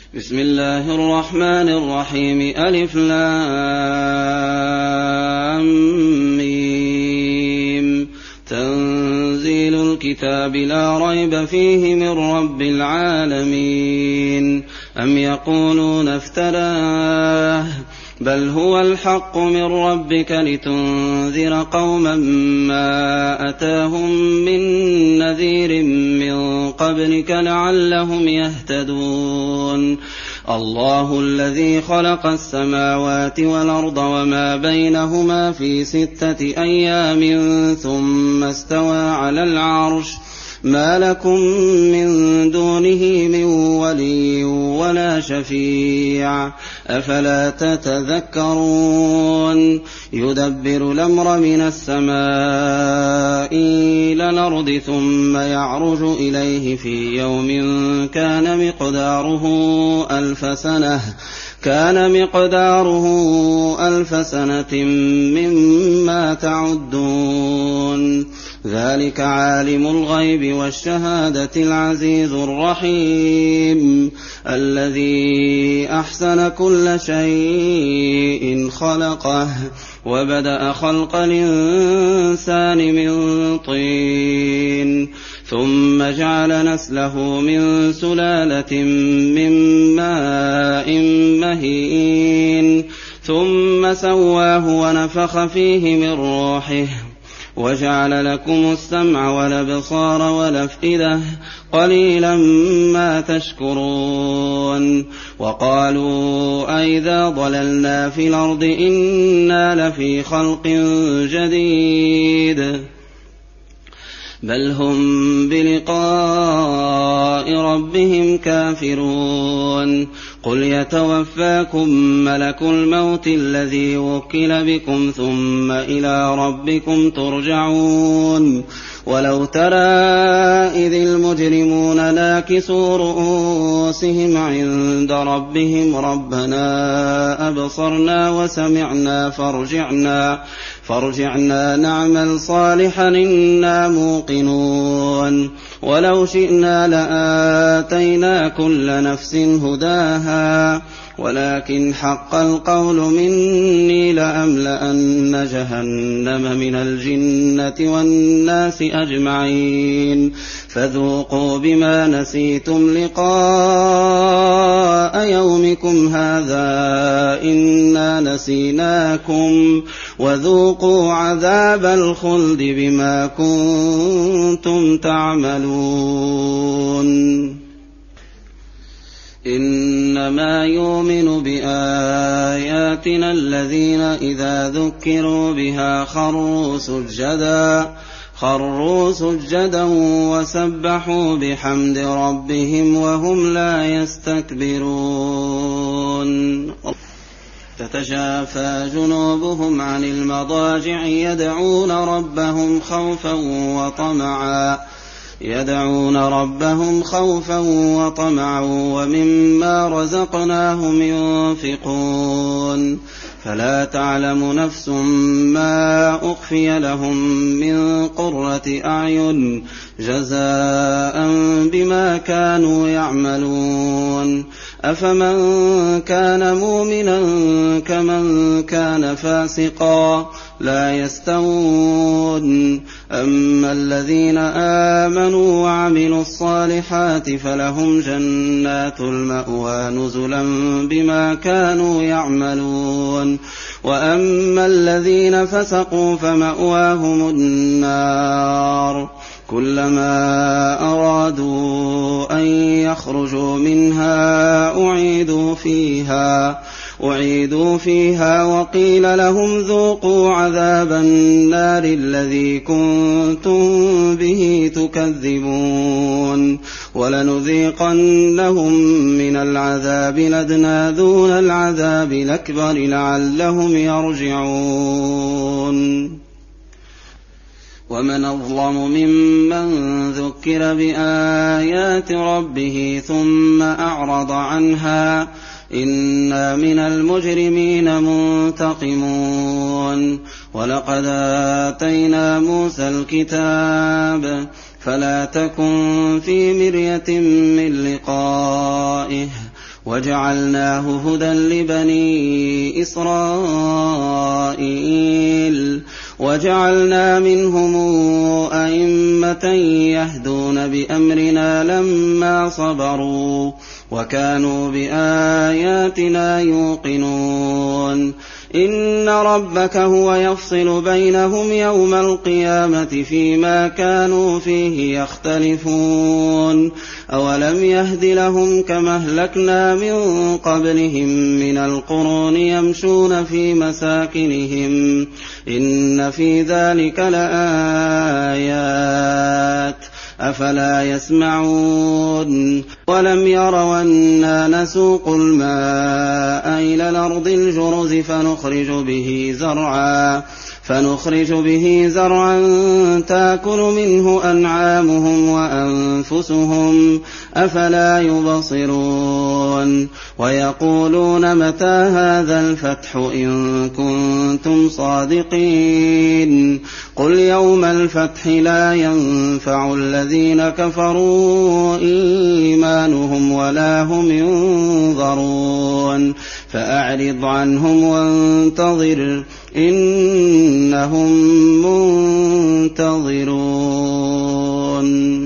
بسم الله الرحمن الرحيم. ألف لام ميم. تنزيل الكتاب لا ريب فيه من رب العالمين. أم يقولون افتراه بل هو الحق من ربك لتنذر قوما ما أتاهم من نذير من قبلك لعلهم يهتدون. الله الذي خلق السماوات والأرض وما بينهما في 6 أيام ثم استوى على العرش ما لكم من دونه من ولي ولا شفيع أفلا تتذكرون. يدبر الأمر من السماء إلى الأرض ثم يعرج إليه في يوم كان مقداره 1000 سنة مما تعدون. ذلك عالم الغيب والشهادة العزيز الرحيم الذي أحسن كل شيء خلقه وبدأ خلق الإنسان من طين ثم جعل نسله من سلالة من ماء مهين ثم سواه ونفخ فيه من روحه وجعل لكم السمع والأبصار والأفئدة قليلا ما تشكرون. وقالوا أئذا ضللنا في الأرض إنا لفي خلق جديد بل هم بلقاء ربهم كافرون. قل يتوفاكم ملك الموت الذي وكل بكم ثم إلى ربكم ترجعون. ولو ترى إذ المجرمون ناكسوا رؤوسهم عند ربهم ربنا أبصرنا وسمعنا فارجعنا نعمل صالحا إنا موقنون. ولو شئنا لآتينا كل نفس هداها ولكن حق القول مني لأملأن جهنم من الجنة والناس أجمعين. فذوقوا بما نسيتم لقاء يومكم هذا إنا نسيناكم وذوقوا عذاب الخلد بما كنتم تعملون. إنما يؤمن بآياتنا الذين إذا ذكروا بها خروا سجدا وسبحوا بحمد ربهم وهم لا يستكبرون. تتجافى جنوبهم عن المضاجع يدعون ربهم خوفا وطمعا وممما رزقناهم ينفقون. فلا تعلم نفس ما أخفي لهم من قرة أعين جزاء بما كانوا يعملون. أفمن كان مؤمنا كمن كان فاسقا لا يستوون. أما الذين آمنوا وعملوا الصالحات فلهم جنات المأوى نزلا بما كانوا يعملون. وأما الذين فسقوا فمأواهم النار كلما أرادوا أن يخرجوا منها أعيدوا فيها وقيل لهم ذوقوا عذاب النار الذي كنتم به تكذبون. ولنذيقنهم من العذاب الأدنى دون العذاب الأكبر لعلهم يرجعون. ومن أظلم ممن ذكر بآيات ربه ثم أعرض عنها إنا من المجرمين منتقمون. ولقد آتينا موسى الكتاب فلا تكن في مرية من لقائه وَجَعَلْنَاهُ هُدًى لِّبَنِي إِسْرَائِيلَ وَجَعَلْنَا مِنْهُمْ أَئِمَّةً يَهْدُونَ بِأَمْرِنَا لَمَّا صَبَرُوا وَكَانُوا بِآيَاتِنَا يُوقِنُونَ إِنَّ رَبَّكَ هُوَ يَفْصِلُ بَيْنَهُمْ يَوْمَ الْقِيَامَةِ فِيمَا كَانُوا فِيهِ يَخْتَلِفُونَ أَوَلَمْ يَهْدِ لَهُمْ كَمَا أَهْلَكْنَا مِن قَبْلِهِم مِّنَ الْقُرُونِ يَمْشُونَ فِي مَسَاكِنِهِمْ إِنَّ فِي ذَٰلِكَ لَآيَاتٍ ۖ أَفَلَا يَسْمَعُونَ وَلَمْ يَرَوْا أَنَّا نَسُوقُ الْمَاءَ إِلَى الْأَرْضِ الْجُرُزِ فَنُخْرِجُ بِهِ زَرْعًا تَأْكُلُ مِنْهُ أَنْعَامُهُمْ وَأَنفُسُهُمْ ۖ أَفَلَا يُبْصِرُونَ وَيَقُولُونَ مَتَىٰ هَٰذَا الْفَتْحُ إِن كُنتُمْ صَادِقِينَ قُلْ يَوْمَ الْفَتْحِ لَا يَنفَعُ الَّذِينَ كَفَرُوا إِيمَانُهُمْ وَلَا هُمْ يُنظَرُونَ فَأَعْرِضْ عَنْهُمْ وَانتَظِرْ إِنَّهُم مُّنتَظِرُونَ